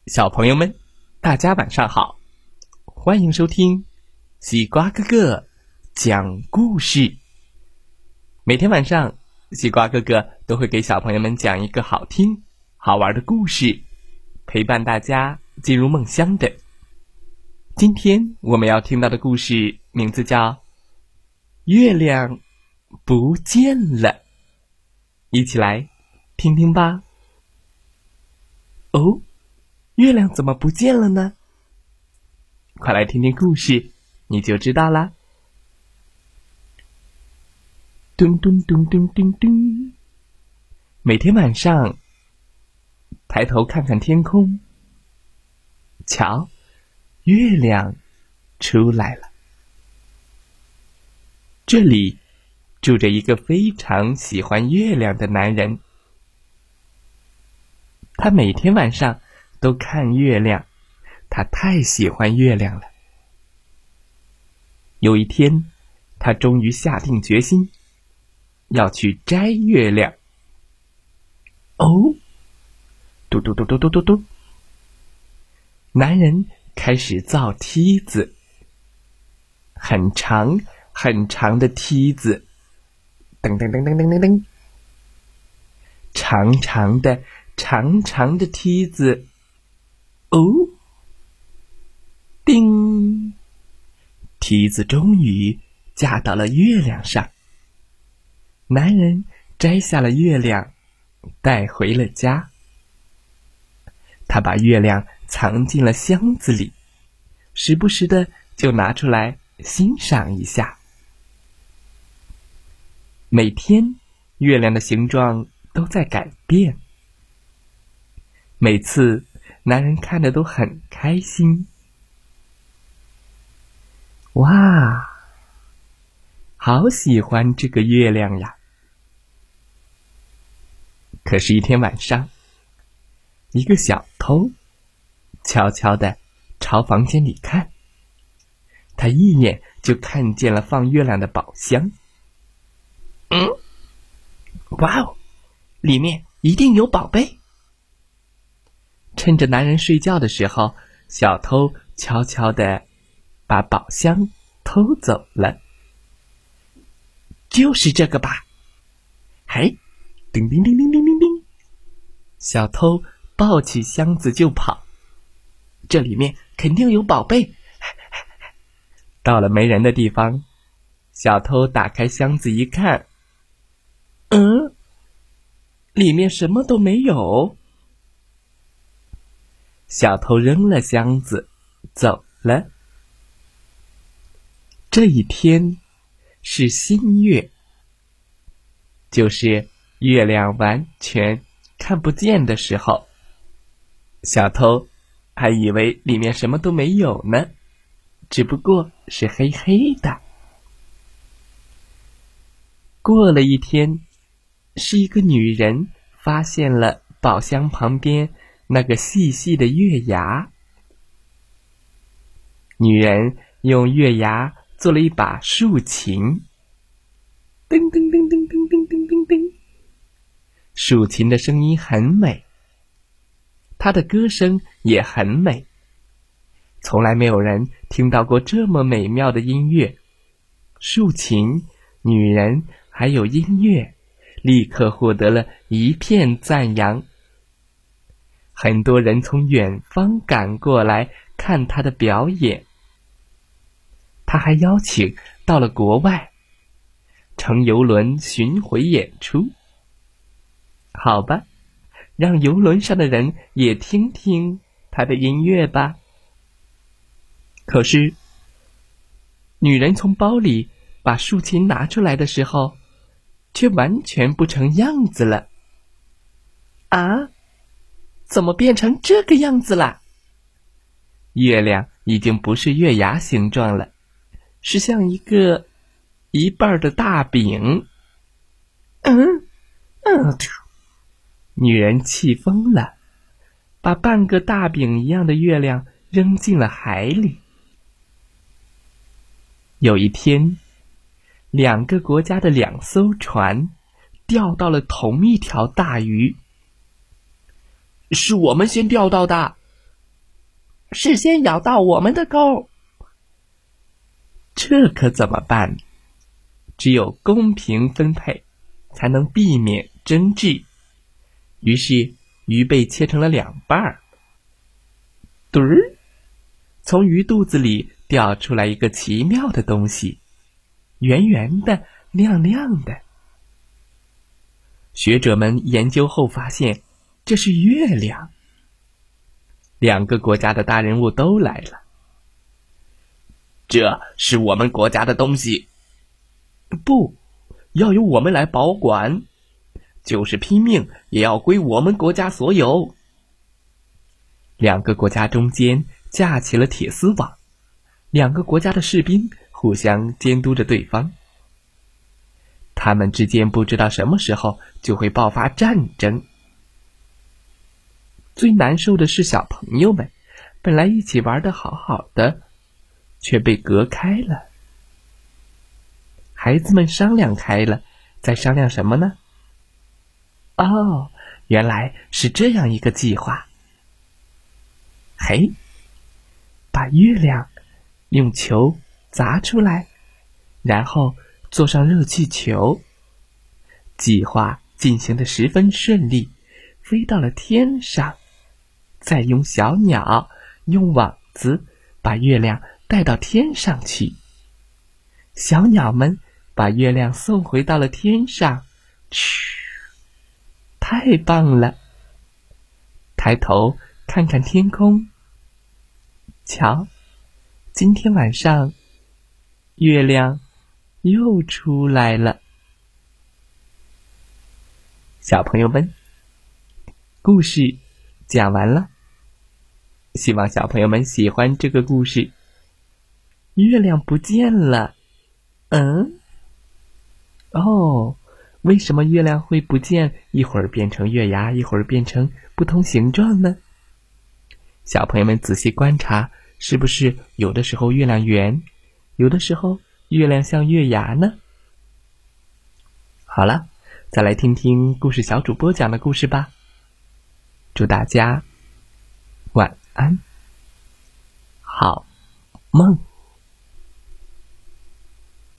小朋友们，大家晚上好，欢迎收听西瓜哥哥讲故事。每天晚上，西瓜哥哥都会给小朋友们讲一个好听好玩的故事，陪伴大家进入梦乡的。今天我们要听到的故事名字叫《月亮不见了》，一起来听听吧。哦，月亮怎么不见了呢？快来听听故事，你就知道啦。咚咚咚咚咚咚，每天晚上抬头看看天空，瞧，月亮出来了。这里住着一个非常喜欢月亮的男人，他每天晚上都看月亮，他太喜欢月亮了。有一天，他终于下定决心要去摘月亮。哦，嘟嘟嘟嘟嘟嘟嘟，男人开始造梯子，很长很长的梯子，噔噔噔噔噔噔噔，长长的长长的梯子。哦，叮，梯子终于架到了月亮上。男人摘下了月亮，带回了家。他把月亮藏进了箱子里，时不时的就拿出来欣赏一下。每天，月亮的形状都在改变。每次，男人看着都很开心。哇，好喜欢这个月亮呀！可是，一天晚上，一个小偷悄悄地朝房间里看，他一眼就看见了放月亮的宝箱。哇哦，里面一定有宝贝！趁着男人睡觉的时候，小偷悄悄地把宝箱偷走了。就是这个吧？嘿，叮叮叮叮叮叮叮，小偷抱起箱子就跑，这里面肯定有宝贝。到了没人的地方，小偷打开箱子一看，里面什么都没有。小偷扔了箱子，走了。这一天是新月，就是月亮完全看不见的时候。小偷还以为里面什么都没有呢，只不过是黑黑的。过了一天，是一个女人发现了宝箱旁边那个细细的月牙。女人用月牙做了一把竖琴，噔噔噔噔噔噔噔噔噔，竖琴的声音很美，她的歌声也很美。从来没有人听到过这么美妙的音乐。竖琴、女人还有音乐，立刻获得了一片赞扬。很多人从远方赶过来看他的表演。他还邀请到了国外，乘邮轮巡回演出。好吧，让邮轮上的人也听听他的音乐吧。可是，女人从包里把竖琴拿出来的时候，却完全不成样子了。啊，怎么变成这个样子了？月亮已经不是月牙形状了，是像一个一半的大饼。女人气疯了，把半个大饼一样的月亮扔进了海里。有一天，两个国家的2艘船钓到了同一条大鱼。是我们先钓到的， 事先咬到我们的钩。这可怎么办？只有公平分配，才能避免争执。于是鱼被切成了2半儿。嘟儿，从鱼肚子里掉出来一个奇妙的东西，圆圆的，亮亮的。学者们研究后发现，这是月亮。2个国家的大人物都来了。这是我们国家的东西。不，要由我们来保管，就是拼命也要归我们国家所有。2个国家中间架起了铁丝网，2个国家的士兵互相监督着对方。他们之间不知道什么时候就会爆发战争。最难受的是小朋友们，本来一起玩得好好的，却被隔开了。孩子们商量开了，在商量什么呢？哦，原来是这样一个计划。嘿，把月亮用球砸出来，然后坐上热气球。计划进行得十分顺利，飞到了天上，再用小鸟用网子把月亮带到天上去。小鸟们把月亮送回到了天上。嘘，太棒了！抬头看看天空，瞧，今天晚上月亮又出来了。小朋友们，故事讲完了，希望小朋友们喜欢这个故事。月亮不见了，为什么月亮会不见，一会儿变成月牙，一会儿变成不同形状呢？小朋友们仔细观察，是不是有的时候月亮圆，有的时候月亮像月牙呢？好了，再来听听故事小主播讲的故事吧。祝大家晚安，好梦。